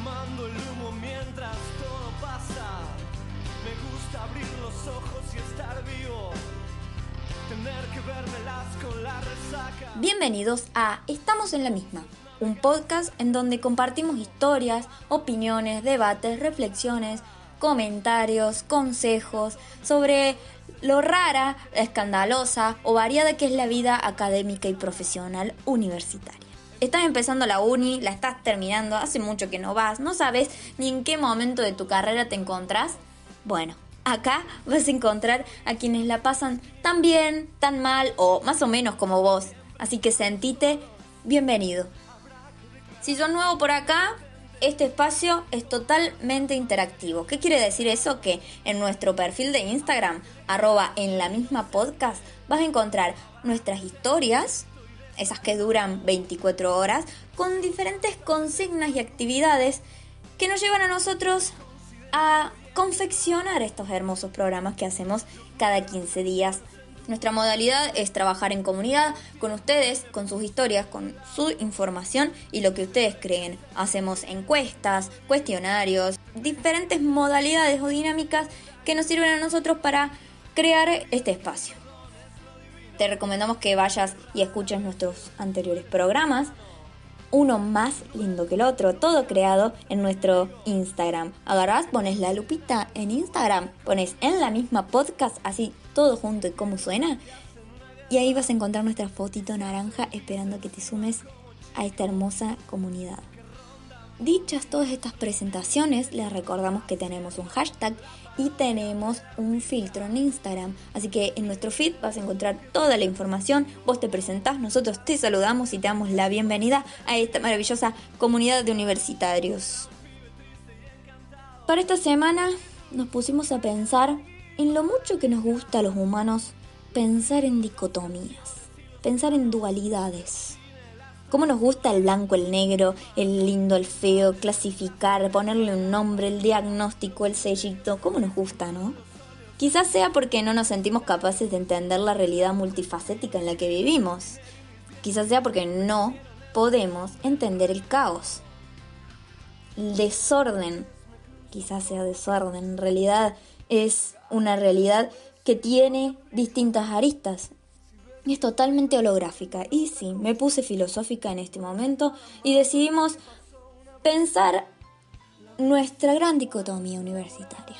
fumando el humo mientras todo pasa. Me gusta abrir los ojos y estar vivo, tener que vérmelas con la resaca. Bienvenidos a Estamos en la Misma, un podcast en donde compartimos historias, opiniones, debates, reflexiones, comentarios, consejos sobre lo rara, escandalosa o variada que es la vida académica y profesional universitaria. Estás empezando la uni, la estás terminando, hace mucho que no vas, no sabes ni en qué momento de tu carrera te encontrás. Bueno, acá vas a encontrar a quienes la pasan tan bien, tan mal o más o menos como vos. Así que sentite bienvenido. Si sos nuevo por acá, este espacio es totalmente interactivo. ¿Qué quiere decir eso? Que en nuestro perfil de Instagram, @enlamismapodcast, vas a encontrar nuestras historias, esas que duran 24 horas, con diferentes consignas y actividades que nos llevan a nosotros a confeccionar estos hermosos programas que hacemos cada 15 días. Nuestra modalidad es trabajar en comunidad con ustedes, con sus historias, con su información y lo que ustedes creen. Hacemos encuestas, cuestionarios, diferentes modalidades o dinámicas que nos sirven a nosotros para crear este espacio. Te recomendamos que vayas y escuches nuestros anteriores programas, uno más lindo que el otro, todo creado en nuestro Instagram. Agarrás, pones la lupita en Instagram, pones En la Misma Podcast, así todo junto y cómo suena, y ahí vas a encontrar nuestra fotito naranja esperando que te sumes a esta hermosa comunidad. Dichas todas estas presentaciones, les recordamos que tenemos un hashtag y tenemos un filtro en Instagram. Así que en nuestro feed vas a encontrar toda la información. Vos te presentás, nosotros te saludamos y te damos la bienvenida a esta maravillosa comunidad de universitarios. Para esta semana nos pusimos a pensar en lo mucho que nos gusta a los humanos pensar en dicotomías, pensar en dualidades. Cómo nos gusta el blanco, el negro, el lindo, el feo, clasificar, ponerle un nombre, el diagnóstico, el sellito. Cómo nos gusta, ¿no? Quizás sea porque no nos sentimos capaces de entender la realidad multifacética en la que vivimos. Quizás sea porque no podemos entender el caos. El desorden. Quizás sea desorden. En realidad es una realidad que tiene distintas aristas. Es totalmente holográfica. Y sí, me puse filosófica en este momento y decidimos pensar nuestra gran dicotomía universitaria.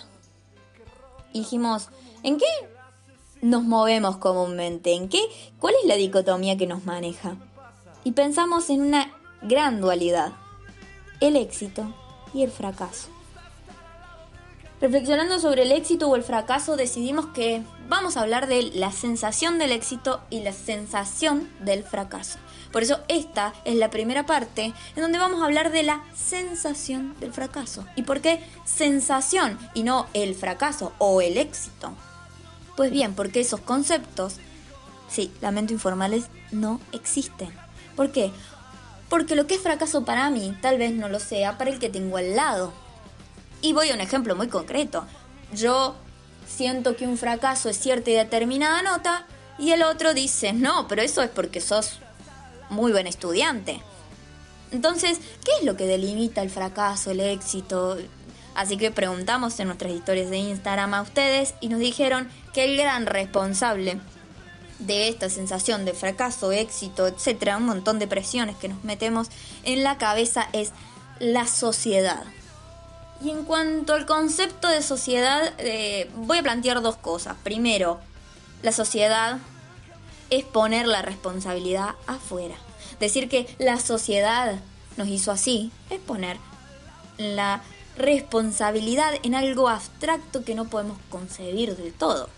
Y dijimos, ¿en qué nos movemos comúnmente? ¿Cuál es la dicotomía que nos maneja? Y pensamos en una gran dualidad, el éxito y el fracaso. Reflexionando sobre el éxito o el fracaso, decidimos que vamos a hablar de la sensación del éxito y la sensación del fracaso. Por eso esta es la primera parte en donde vamos a hablar de la sensación del fracaso. ¿Y por qué sensación y no el fracaso o el éxito? Pues bien, porque esos conceptos, sí, lamento informarles, no existen. ¿Por qué? Porque lo que es fracaso para mí tal vez no lo sea para el que tengo al lado. Y voy a un ejemplo muy concreto. Yo siento que un fracaso es cierta y determinada nota y el otro dice, no, pero eso es porque sos muy buen estudiante. Entonces, ¿qué es lo que delimita el fracaso, el éxito? Así que preguntamos en nuestras historias de Instagram a ustedes y nos dijeron que el gran responsable de esta sensación de fracaso, éxito, etcétera, un montón de presiones que nos metemos en la cabeza es la sociedad. Y en cuanto al concepto de sociedad, voy a plantear dos cosas. Primero, la sociedad es poner la responsabilidad afuera. Decir que la sociedad nos hizo así es poner la responsabilidad en algo abstracto que no podemos concebir del todo.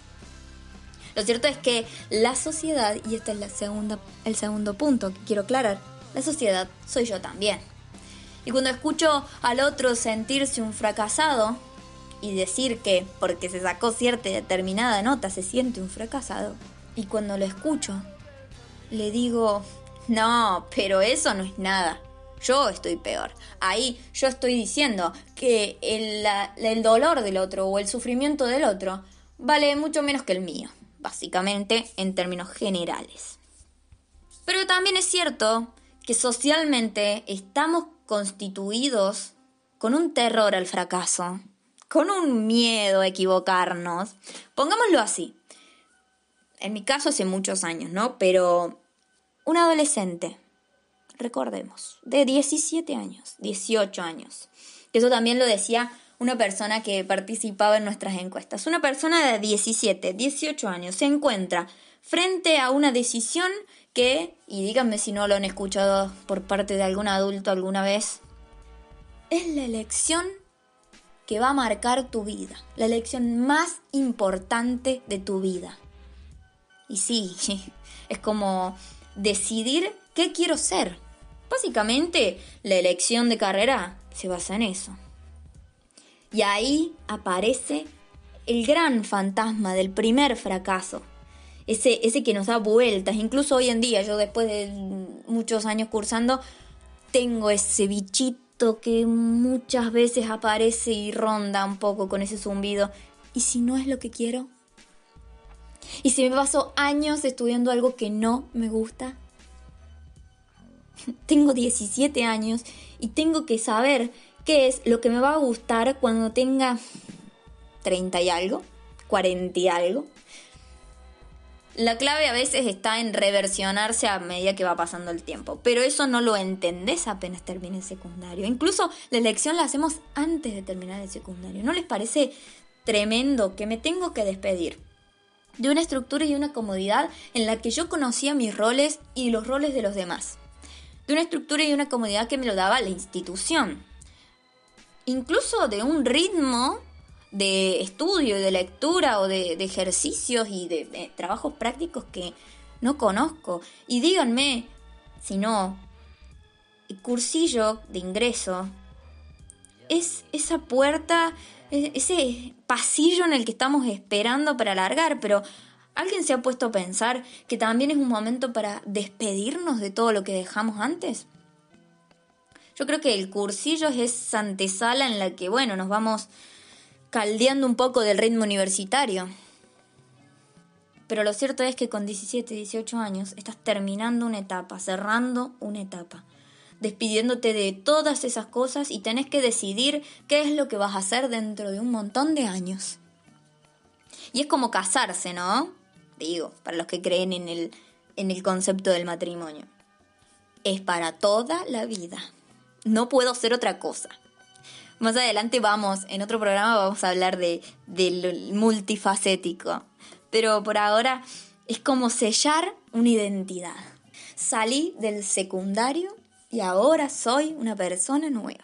Lo cierto es que la sociedad, y este es el segundo punto que quiero aclarar, la sociedad soy yo también. Y cuando escucho al otro sentirse un fracasado y decir que porque se sacó cierta y determinada nota se siente un fracasado, y cuando lo escucho le digo, no, pero eso no es nada, yo estoy peor. Ahí yo estoy diciendo que el dolor del otro o el sufrimiento del otro vale mucho menos que el mío, básicamente en términos generales. Pero también es cierto que socialmente estamos constituidos con un terror al fracaso, con un miedo a equivocarnos. Pongámoslo así. En mi caso hace muchos años, ¿no? Pero un adolescente, recordemos, de 17 años, 18 años. Eso también lo decía una persona que participaba en nuestras encuestas. Una persona de 17, 18 años se encuentra frente a una decisión que, y díganme si no lo han escuchado por parte de algún adulto alguna vez, es la elección que va a marcar tu vida, la elección más importante de tu vida. Y sí, es como decidir qué quiero ser. Básicamente, la elección de carrera se basa en eso. Y ahí aparece el gran fantasma del primer fracaso. Ese que nos da vueltas. Incluso hoy en día, yo después de muchos años cursando, tengo ese bichito que muchas veces aparece y ronda un poco con ese zumbido. ¿Y si no es lo que quiero? ¿Y si me paso años estudiando algo que no me gusta? Tengo 17 años y tengo que saber qué es lo que me va a gustar cuando tenga 30 y algo, 40 y algo. La clave a veces está en reversionarse a medida que va pasando el tiempo, pero eso no lo entendés apenas termine el secundario. Incluso la elección la hacemos antes de terminar el secundario. ¿No les parece tremendo que me tengo que despedir de una estructura y una comodidad en la que yo conocía mis roles y los roles de los demás? De una estructura y una comodidad que me lo daba la institución. Incluso de un ritmo de estudio y de lectura o de ejercicios y de trabajos prácticos que no conozco. Y díganme, si no, el cursillo de ingreso es esa puerta, ese pasillo en el que estamos esperando para largar, pero ¿alguien se ha puesto a pensar que también es un momento para despedirnos de todo lo que dejamos antes? Yo creo que el cursillo es esa antesala en la que, bueno, nos vamos caldeando un poco del ritmo universitario. Pero lo cierto es que con 17, 18 años estás terminando una etapa, cerrando una etapa, despidiéndote de todas esas cosas y tenés que decidir qué es lo que vas a hacer dentro de un montón de años. Y es como casarse, ¿no? Digo, para los que creen en el concepto del matrimonio. Es para toda la vida. No puedo ser otra cosa. Más adelante en otro programa vamos a hablar del multifacético. Pero por ahora es como sellar una identidad. Salí del secundario y ahora soy una persona nueva.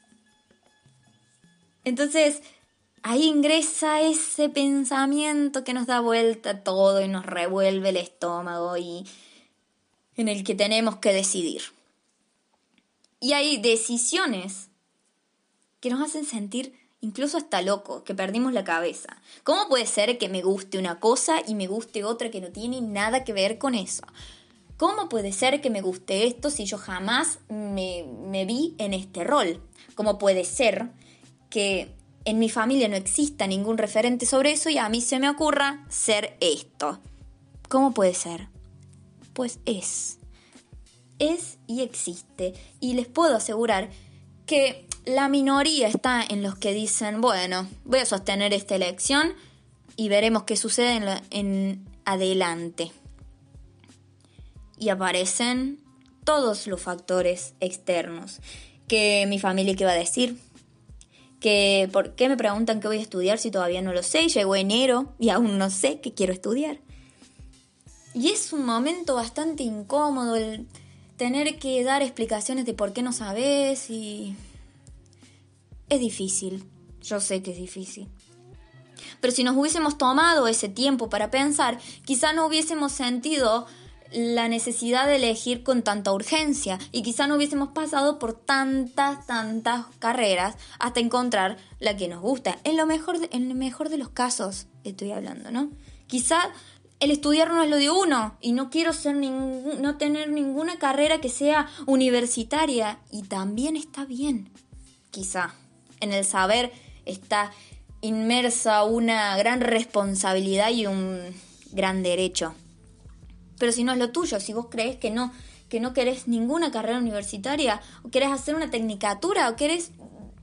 Entonces, ahí ingresa ese pensamiento que nos da vuelta a todo y nos revuelve el estómago y en el que tenemos que decidir. Y hay decisiones que nos hacen sentir incluso hasta locos, que perdimos la cabeza. ¿Cómo puede ser que me guste una cosa y me guste otra que no tiene nada que ver con eso? ¿Cómo puede ser que me guste esto si yo jamás me vi en este rol? ¿Cómo puede ser que en mi familia no exista ningún referente sobre eso y a mí se me ocurra ser esto? ¿Cómo puede ser? Pues es y existe. Y les puedo asegurar que la minoría está en los que dicen, bueno, voy a sostener esta elección y veremos qué sucede en adelante. Y aparecen todos los factores externos. Que mi familia, ¿qué va a decir? Que ¿por qué me preguntan qué voy a estudiar si todavía no lo sé? Llegó enero y aún no sé qué quiero estudiar. Y es un momento bastante incómodo el tener que dar explicaciones de por qué no sabes y es difícil. Yo sé que es difícil. Pero si nos hubiésemos tomado ese tiempo para pensar, quizá no hubiésemos sentido la necesidad de elegir con tanta urgencia y quizá no hubiésemos pasado por tantas carreras hasta encontrar la que nos gusta. En el mejor de los casos estoy hablando, ¿no? Quizá el estudiar no es lo de uno y no quiero no tener ninguna carrera que sea universitaria y también está bien. Quizá en el saber está inmersa una gran responsabilidad y un gran derecho. Pero si no es lo tuyo, si vos crees que no querés ninguna carrera universitaria, o querés hacer una tecnicatura, o querés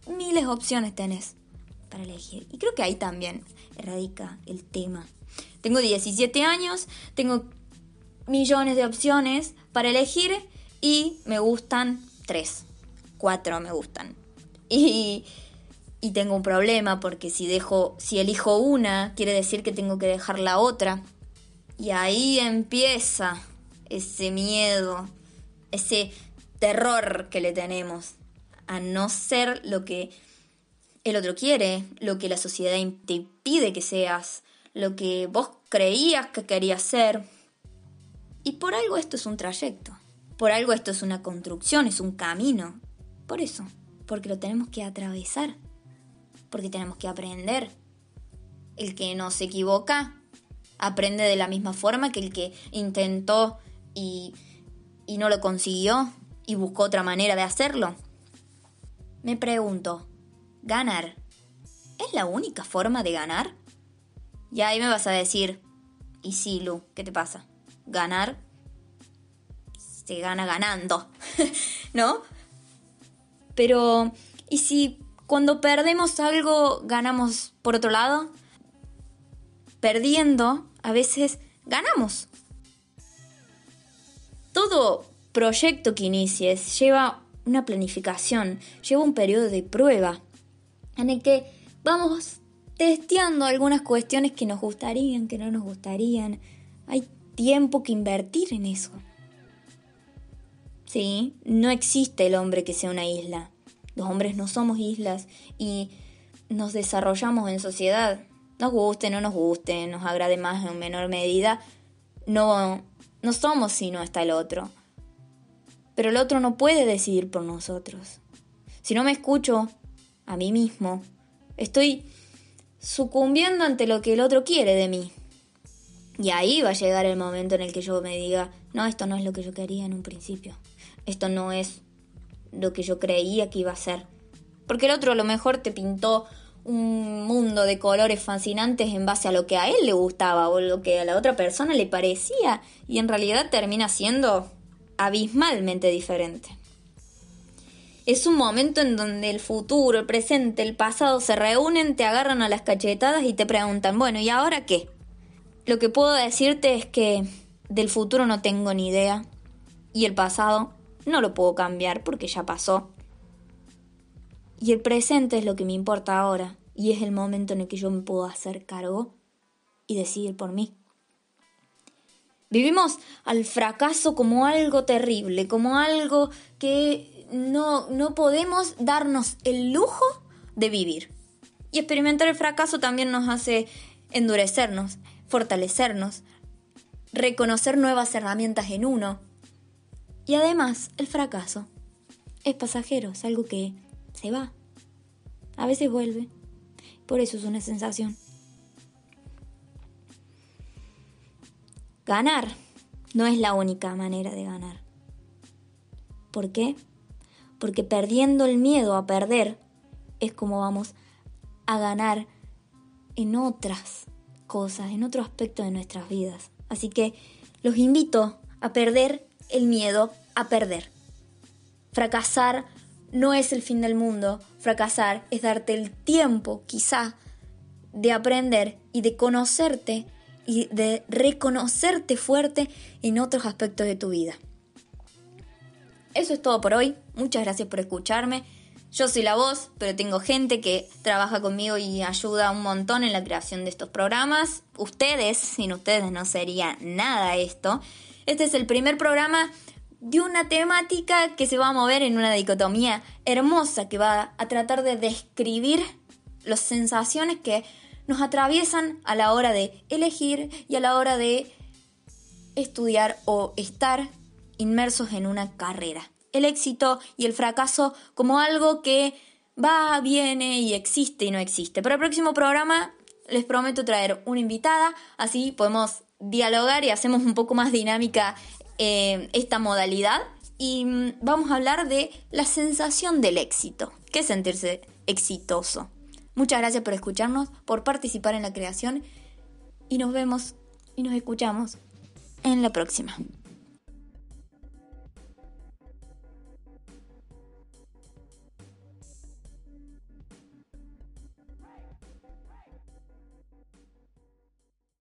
miles de opciones tenés para elegir. Y creo que ahí también radica el tema. Tengo 17 años, tengo millones de opciones para elegir y me gustan 3, 4 me gustan. Y tengo un problema porque si elijo una, quiere decir que tengo que dejar la otra. Y ahí empieza ese miedo, ese terror que le tenemos a no ser lo que el otro quiere, lo que la sociedad te pide que seas, lo que vos creías que querías ser. Y por algo esto es un trayecto, por algo esto es una construcción, es un camino. Por eso, porque lo tenemos que atravesar, porque tenemos que aprender. El que no se equivoca aprende de la misma forma que el que intentó y no lo consiguió y buscó otra manera de hacerlo. Me pregunto, ¿ganar es la única forma de ganar? Y ahí me vas a decir, y sí, Lu, ¿qué te pasa? Ganar se gana ganando, ¿no? Pero, ¿y si cuando perdemos algo ganamos por otro lado? Perdiendo, a veces ganamos. Todo proyecto que inicies lleva una planificación, lleva un periodo de prueba en el que vamos testeando algunas cuestiones que nos gustarían, que no nos gustarían. Hay tiempo que invertir en eso. Sí, no existe el hombre que sea una isla. Los hombres no somos islas y nos desarrollamos en sociedad. Nos guste, no nos guste, nos agrade más o en menor medida. No somos si no está el otro. Pero el otro no puede decidir por nosotros. Si no me escucho a mí mismo, estoy sucumbiendo ante lo que el otro quiere de mí. Y ahí va a llegar el momento en el que yo me diga, no, esto no es lo que yo quería en un principio. Esto no es lo que yo creía que iba a ser. Porque el otro a lo mejor te pintó un mundo de colores fascinantes en base a lo que a él le gustaba o lo que a la otra persona le parecía, y en realidad termina siendo abismalmente diferente. Es un momento en donde el futuro, el presente, el pasado se reúnen, te agarran a las cachetadas y te preguntan, bueno, ¿y ahora qué? Lo que puedo decirte es que del futuro no tengo ni idea y el pasado no lo puedo cambiar porque ya pasó. Y el presente es lo que me importa ahora y es el momento en el que yo me puedo hacer cargo y decidir por mí. Vivimos al fracaso como algo terrible, como algo que no podemos darnos el lujo de vivir. Y experimentar el fracaso también nos hace endurecernos, fortalecernos, reconocer nuevas herramientas en uno. Y además, el fracaso es pasajero, es algo que se va. A veces vuelve. Por eso es una sensación. Ganar no es la única manera de ganar. ¿Por qué? Porque perdiendo el miedo a perder es como vamos a ganar en otras cosas, en otro aspecto de nuestras vidas. Así que los invito a perder el miedo a perder. Fracasar no es el fin del mundo. Fracasar es darte el tiempo, quizá, de aprender y de conocerte y de reconocerte fuerte en otros aspectos de tu vida. Eso es todo por hoy. Muchas gracias por escucharme. Yo soy la voz, pero tengo gente que trabaja conmigo y ayuda un montón en la creación de estos programas. Ustedes, sin ustedes no sería nada esto. Este es el primer programa de una temática que se va a mover en una dicotomía hermosa que va a tratar de describir las sensaciones que nos atraviesan a la hora de elegir y a la hora de estudiar o estar inmersos en una carrera. El éxito y el fracaso como algo que va, viene y existe y no existe. Para el próximo programa les prometo traer una invitada, así podemos dialogar y hacemos un poco más dinámica esta modalidad. Y vamos a hablar de la sensación del éxito, que es sentirse exitoso. Muchas gracias por escucharnos, por participar en la creación y nos vemos y nos escuchamos en la próxima.